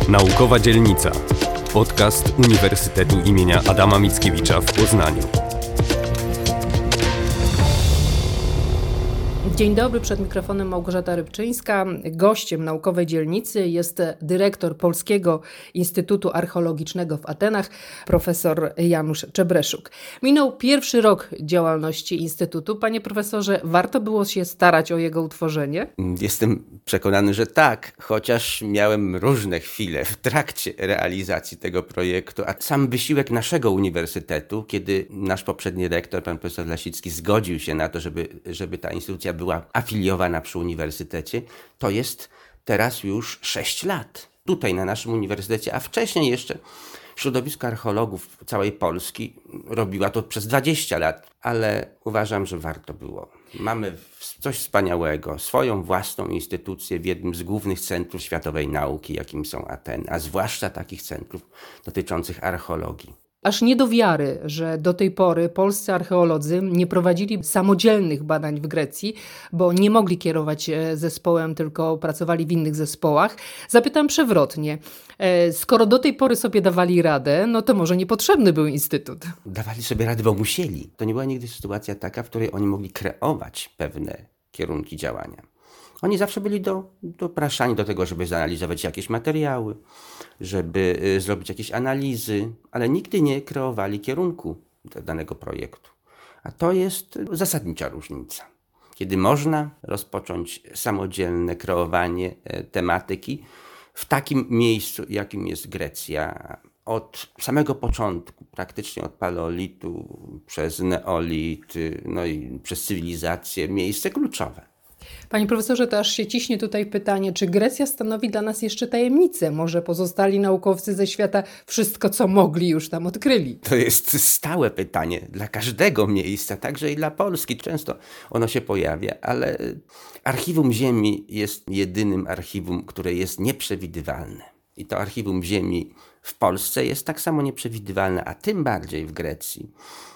Naukowa Dzielnica. Podcast Uniwersytetu imienia Adama Mickiewicza w Poznaniu. Dzień dobry, przed mikrofonem Małgorzata Rybczyńska. Gościem Naukowej Dzielnicy jest dyrektor Polskiego Instytutu Archeologicznego w Atenach, profesor Janusz Czebreszuk. Minął pierwszy rok działalności Instytutu. Panie profesorze, warto było się starać o jego utworzenie? Jestem przekonany, że tak, chociaż miałem różne chwile w trakcie realizacji tego projektu, a sam wysiłek naszego uniwersytetu, kiedy nasz poprzedni rektor, pan profesor Lasicki, zgodził się na to, żeby ta instytucja była afiliowana przy uniwersytecie, to jest teraz już 6 lat tutaj na naszym uniwersytecie, a wcześniej jeszcze środowisko archeologów całej Polski robiła to przez 20 lat, ale uważam, że warto było. Mamy coś wspaniałego, swoją własną instytucję w jednym z głównych centrów światowej nauki, jakim są Ateny, a zwłaszcza takich centrów dotyczących archeologii. Aż nie do wiary, że do tej pory polscy archeolodzy nie prowadzili samodzielnych badań w Grecji, bo nie mogli kierować zespołem, tylko pracowali w innych zespołach. Zapytam przewrotnie. Skoro do tej pory sobie dawali radę, no to może niepotrzebny był instytut. Dawali sobie radę, bo musieli. To nie była nigdy sytuacja taka, w której oni mogli kreować pewne kierunki działania. Oni zawsze byli dopraszani do tego, żeby zanalizować jakieś materiały, żeby zrobić jakieś analizy, ale nigdy nie kreowali kierunku danego projektu. A to jest zasadnicza różnica. Kiedy można rozpocząć samodzielne kreowanie tematyki w takim miejscu, jakim jest Grecja, od samego początku, praktycznie od paleolitu, przez neolit, no i przez cywilizację, miejsce kluczowe. Panie profesorze, to aż się ciśnie tutaj pytanie, czy Grecja stanowi dla nas jeszcze tajemnicę? Może pozostali naukowcy ze świata wszystko, co mogli, już tam odkryli? To jest stałe pytanie dla każdego miejsca, także i dla Polski. Często ono się pojawia, ale Archiwum Ziemi jest jedynym archiwum, które jest nieprzewidywalne. I to Archiwum Ziemi w Polsce jest tak samo nieprzewidywalne, a tym bardziej w Grecji.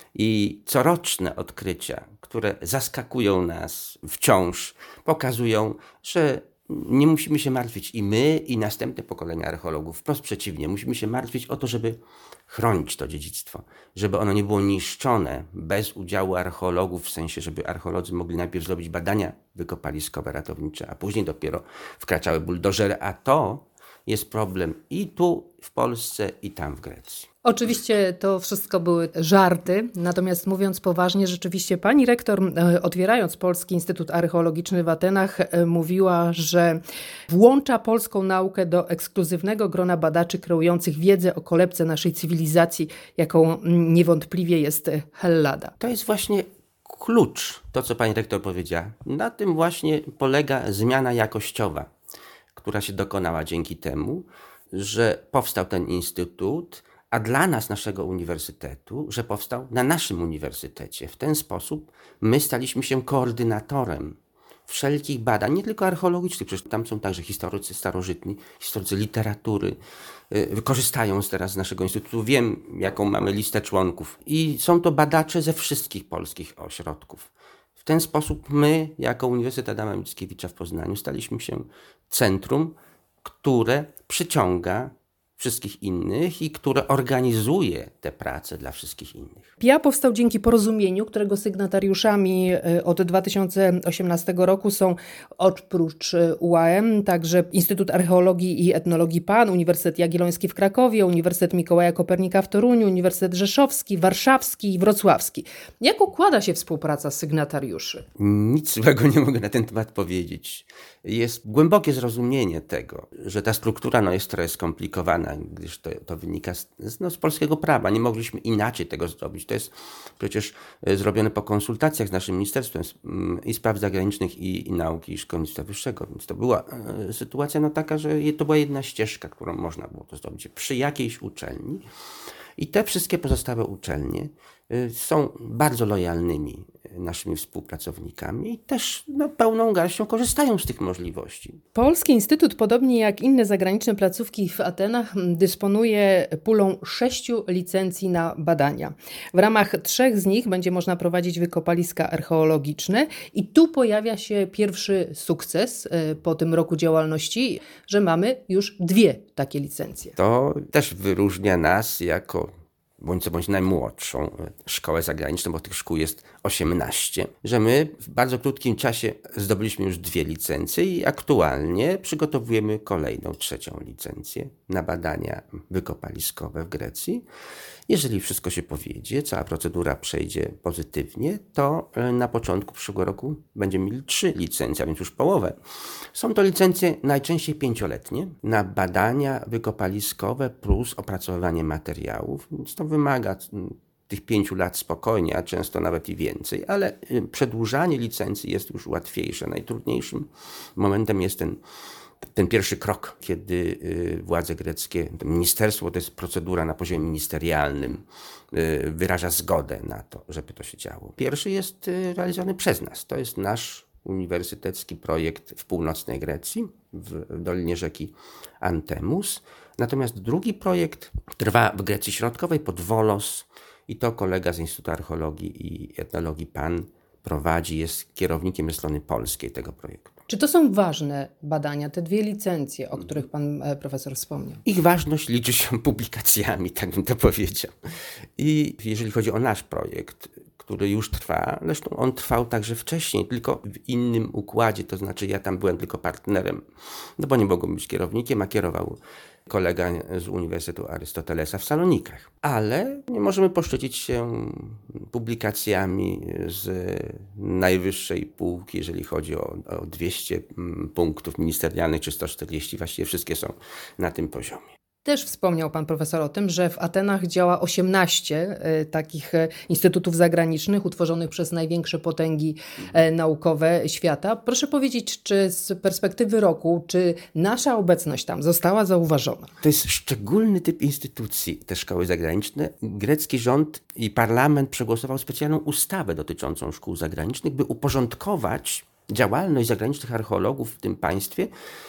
I coroczne odkrycia, które zaskakują nas wciąż, pokazują, że nie musimy się martwić i my, i następne pokolenia archeologów. Wprost przeciwnie, musimy się martwić o to, żeby chronić to dziedzictwo, żeby ono nie było niszczone bez udziału archeologów, w sensie, żeby archeolodzy mogli najpierw zrobić badania wykopaliskowe, ratownicze, a później dopiero wkraczały buldożery, a to jest problem i tu w Polsce, i tam w Grecji. Oczywiście to wszystko były żarty, natomiast mówiąc poważnie, rzeczywiście pani rektor, otwierając Polski Instytut Archeologiczny w Atenach, mówiła, że włącza polską naukę do ekskluzywnego grona badaczy kreujących wiedzę o kolebce naszej cywilizacji, jaką niewątpliwie jest Hellada. To jest właśnie klucz, to co pani rektor powiedziała. Na tym właśnie polega zmiana jakościowa, która się dokonała dzięki temu, że powstał ten instytut, a dla nas, naszego uniwersytetu, że powstał na naszym uniwersytecie. W ten sposób my staliśmy się koordynatorem wszelkich badań, nie tylko archeologicznych, przecież tam są także historycy starożytni, historycy literatury, korzystają teraz z naszego instytutu. Wiem, jaką mamy listę członków i są to badacze ze wszystkich polskich ośrodków. W ten sposób my, jako Uniwersytet Adama Mickiewicza w Poznaniu, staliśmy się centrum, które przyciąga wszystkich innych i które organizuje te prace dla wszystkich innych. PIA powstał dzięki porozumieniu, którego sygnatariuszami od 2018 roku są oprócz UAM także Instytut Archeologii i Etnologii PAN, Uniwersytet Jagielloński w Krakowie, Uniwersytet Mikołaja Kopernika w Toruniu, Uniwersytet Rzeszowski, Warszawski i Wrocławski. Jak układa się współpraca sygnatariuszy? Nic złego nie mogę na ten temat powiedzieć. Jest głębokie zrozumienie tego, że ta struktura jest trochę skomplikowana, gdyż to wynika z polskiego prawa. Nie mogliśmy inaczej tego zrobić. To jest przecież zrobione po konsultacjach z naszym Ministerstwem i Spraw Zagranicznych i Nauki i Szkolnictwa Wyższego. Więc to była sytuacja taka, że to była jedna ścieżka, którą można było to zrobić przy jakiejś uczelni. I te wszystkie pozostałe uczelnie są bardzo lojalnymi naszymi współpracownikami i też pełną garścią korzystają z tych możliwości. Polski Instytut, podobnie jak inne zagraniczne placówki w Atenach, dysponuje pulą 6 licencji na badania. W ramach 3 z nich będzie można prowadzić wykopaliska archeologiczne i tu pojawia się pierwszy sukces po tym roku działalności, że mamy już 2 takie licencje. To też wyróżnia nas jako bądź co bądź najmłodszą szkołę zagraniczną, bo tych szkół jest 18, że my w bardzo krótkim czasie zdobyliśmy już 2 licencje i aktualnie przygotowujemy kolejną 3. licencję na badania wykopaliskowe w Grecji. Jeżeli wszystko się powiedzie, cała procedura przejdzie pozytywnie, to na początku przyszłego roku będziemy mieli 3 licencje, a więc już połowę. Są to licencje najczęściej 5-letnie na badania wykopaliskowe plus opracowywanie materiałów, więc to wymaga tych 5 lat spokojnie, a często nawet i więcej, ale przedłużanie licencji jest już łatwiejsze. Najtrudniejszym momentem jest ten pierwszy krok, kiedy władze greckie, to ministerstwo, to jest procedura na poziomie ministerialnym, wyraża zgodę na to, żeby to się działo. Pierwszy jest realizowany przez nas. To jest nasz uniwersytecki projekt w północnej Grecji, w dolinie rzeki Antemus. Natomiast drugi projekt trwa w Grecji Środkowej pod Volos i to kolega z Instytutu Archeologii i Etnologii PAN prowadzi, jest kierownikiem ze strony polskiej tego projektu. Czy to są ważne badania, te 2 licencje, o których pan profesor wspomniał? Ich ważność liczy się publikacjami, tak bym to powiedział. I jeżeli chodzi o nasz projekt, który już trwa, zresztą on trwał także wcześniej, tylko w innym układzie, to znaczy ja tam byłem tylko partnerem, bo nie mogłem być kierownikiem, a kierował kolega z Uniwersytetu Arystotelesa w Salonikach. Ale nie możemy poszczycić się publikacjami z najwyższej półki, jeżeli chodzi o 200 punktów ministerialnych czy 140, właściwie wszystkie są na tym poziomie. Też wspomniał pan profesor o tym, że w Atenach działa 18 takich instytutów zagranicznych utworzonych przez największe potęgi naukowe świata. Proszę powiedzieć, czy z perspektywy roku, czy nasza obecność tam została zauważona? To jest szczególny typ instytucji, te szkoły zagraniczne. Grecki rząd i parlament przegłosował specjalną ustawę dotyczącą szkół zagranicznych, by uporządkować działalność zagranicznych archeologów w tym państwie,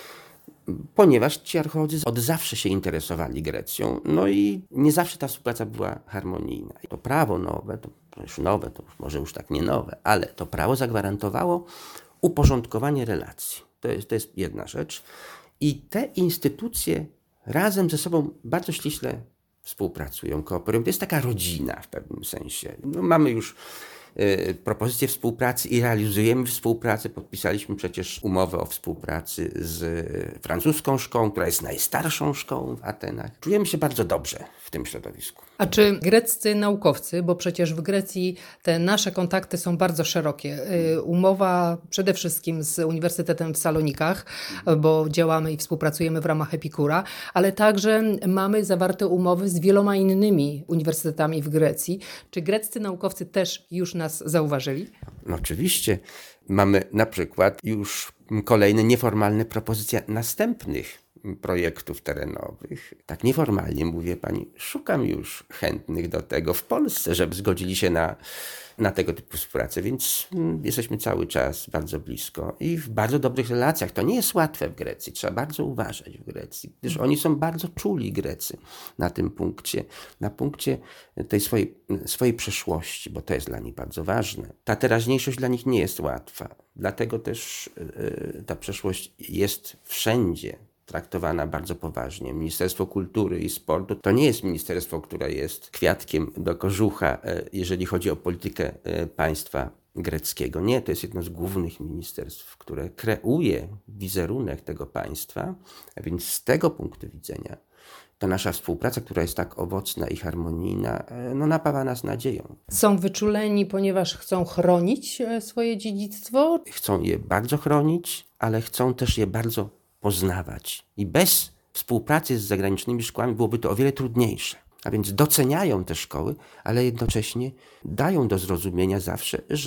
ponieważ ci archeolodzy od zawsze się interesowali Grecją, no i nie zawsze ta współpraca była harmonijna. I to prawo nowe, to już nowe, to może już tak nie nowe, ale to prawo zagwarantowało uporządkowanie relacji. To jest jedna rzecz. I te instytucje razem ze sobą bardzo ściśle współpracują, kooperują. To jest taka rodzina w pewnym sensie. No, mamy już propozycje współpracy i realizujemy współpracę. Podpisaliśmy przecież umowę o współpracy z francuską szkołą, która jest najstarszą szkołą w Atenach. Czujemy się bardzo dobrze w tym środowisku. A czy greccy naukowcy, bo przecież w Grecji te nasze kontakty są bardzo szerokie. Umowa przede wszystkim z Uniwersytetem w Salonikach, bo działamy i współpracujemy w ramach Epikura, ale także mamy zawarte umowy z wieloma innymi uniwersytetami w Grecji. Czy greccy naukowcy też już nas zauważyli? No oczywiście. Mamy na przykład już kolejne nieformalne propozycje następnych projektów terenowych. Tak nieformalnie mówię pani, szukam już chętnych do tego w Polsce, żeby zgodzili się na tego typu współpracę, więc jesteśmy cały czas bardzo blisko i w bardzo dobrych relacjach. To nie jest łatwe w Grecji, trzeba bardzo uważać w Grecji, gdyż oni są bardzo czuli Grecy na tym punkcie, na punkcie tej swojej przeszłości, bo to jest dla nich bardzo ważne. Ta teraźniejszość dla nich nie jest łatwa, dlatego też ta przeszłość jest wszędzie traktowana bardzo poważnie. Ministerstwo Kultury i Sportu to nie jest ministerstwo, które jest kwiatkiem do kożucha, jeżeli chodzi o politykę państwa greckiego. Nie, to jest jedno z głównych ministerstw, które kreuje wizerunek tego państwa, a więc z tego punktu widzenia ta nasza współpraca, która jest tak owocna i harmonijna, napawa nas nadzieją. Są wyczuleni, ponieważ chcą chronić swoje dziedzictwo? Chcą je bardzo chronić, ale chcą też je bardzo poznawać. I bez współpracy z zagranicznymi szkołami byłoby to o wiele trudniejsze. A więc doceniają te szkoły, ale jednocześnie dają do zrozumienia zawsze, że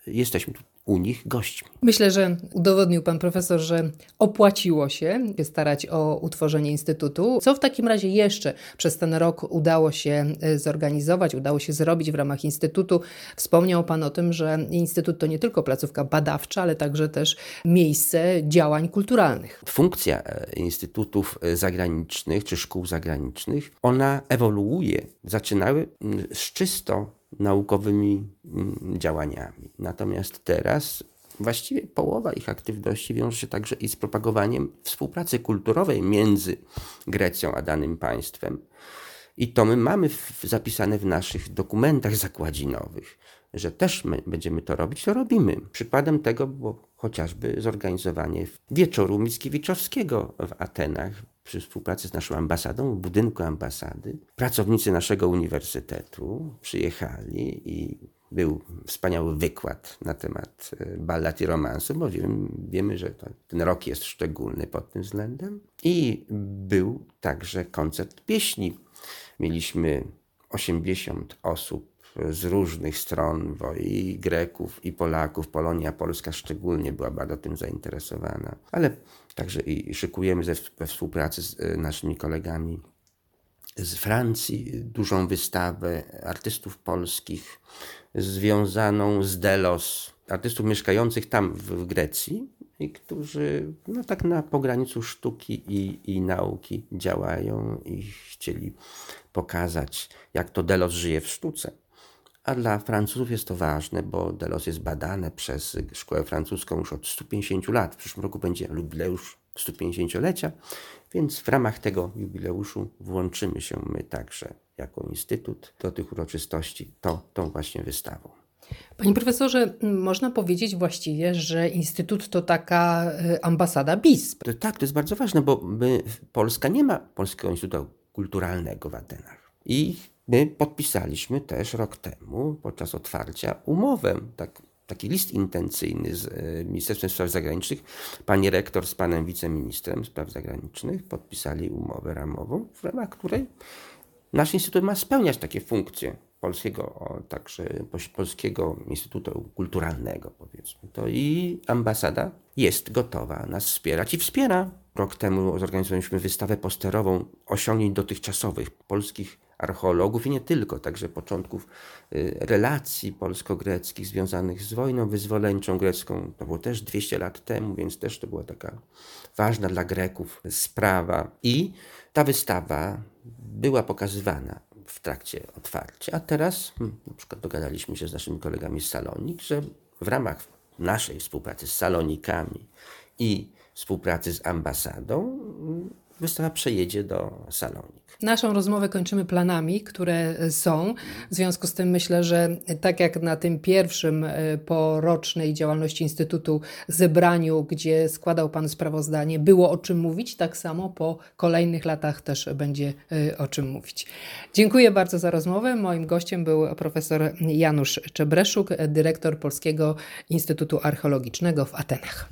jesteśmy tu u nich gośćmi. Myślę, że udowodnił pan profesor, że opłaciło się starać o utworzenie Instytutu. Co w takim razie jeszcze przez ten rok udało się zorganizować, udało się zrobić w ramach Instytutu? Wspomniał pan o tym, że Instytut to nie tylko placówka badawcza, ale także też miejsce działań kulturalnych. Funkcja instytutów zagranicznych czy szkół zagranicznych, ona ewoluuje. Zaczynały z czysto naukowymi działaniami. Natomiast teraz właściwie połowa ich aktywności wiąże się także i z propagowaniem współpracy kulturowej między Grecją a danym państwem. I to my mamy zapisane w naszych dokumentach zakładzinowych, że też my będziemy to robić, to robimy. Przykładem tego było chociażby zorganizowanie wieczoru Mickiewiczowskiego w Atenach przy współpracy z naszą ambasadą, w budynku ambasady. Pracownicy naszego uniwersytetu przyjechali i był wspaniały wykład na temat ballad i romansu, bo wiemy, że ten rok jest szczególny pod tym względem. I był także koncert pieśni. Mieliśmy 80 osób z różnych stron, bo i Greków, i Polaków. Polonia Polska szczególnie była bardzo tym zainteresowana. Ale także i szykujemy we współpracy z naszymi kolegami z Francji dużą wystawę artystów polskich związaną z Delos, artystów mieszkających tam w Grecji i którzy tak na pograniczu sztuki i nauki działają i chcieli pokazać, jak to Delos żyje w sztuce. A dla Francuzów jest to ważne, bo Delos jest badane przez szkołę francuską już od 150 lat. W przyszłym roku będzie jubileusz 150-lecia, więc w ramach tego jubileuszu włączymy się my także jako Instytut do tych uroczystości tą właśnie wystawą. Panie profesorze, można powiedzieć właściwie, że Instytut to taka ambasada BISP. Tak, to jest bardzo ważne, bo Polska nie ma Polskiego Instytutu Kulturalnego w Atenach. I my podpisaliśmy też rok temu podczas otwarcia umowę, taki list intencyjny z Ministerstwem Spraw Zagranicznych. Pani rektor z panem wiceministrem spraw zagranicznych podpisali umowę ramową, w ramach której nasz instytut ma spełniać takie funkcje także Polskiego Instytutu Kulturalnego, powiedzmy. To i ambasada jest gotowa nas wspierać i wspiera. Rok temu zorganizowaliśmy wystawę posterową osiągnięć dotychczasowych polskich archeologów i nie tylko, także początków relacji polsko-greckich związanych z wojną wyzwoleńczą grecką. To było też 200 lat temu, więc też to była taka ważna dla Greków sprawa. I ta wystawa była pokazywana w trakcie otwarcia, a teraz na przykład dogadaliśmy się z naszymi kolegami z Salonik, że w ramach naszej współpracy z Salonikami i współpracy z ambasadą wystawa przejedzie do Salonik. Naszą rozmowę kończymy planami, które są. W związku z tym myślę, że tak jak na tym pierwszym po rocznej działalności Instytutu zebraniu, gdzie składał pan sprawozdanie, było o czym mówić, tak samo po kolejnych latach też będzie o czym mówić. Dziękuję bardzo za rozmowę. Moim gościem był profesor Janusz Czebreszuk, dyrektor Polskiego Instytutu Archeologicznego w Atenach.